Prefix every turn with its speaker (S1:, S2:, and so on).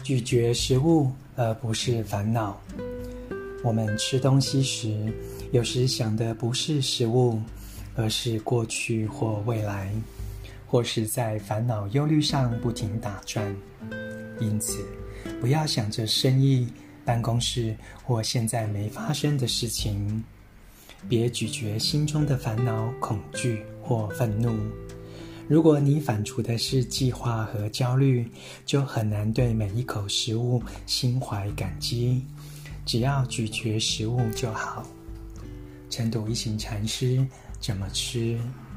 S1: 咀嚼食物，而不是烦恼。我们吃东西时，有时想的不是食物，而是过去或未来，或是在烦恼忧虑上不停打转。因此，不要想着生意、办公室或现在没发生的事情。别咀嚼心中的烦恼、恐惧或愤怒。如果你反刍的是计划和焦虑，就很难对每一口食物心怀感激。只要咀嚼食物就好。晨读一行禅师怎么吃？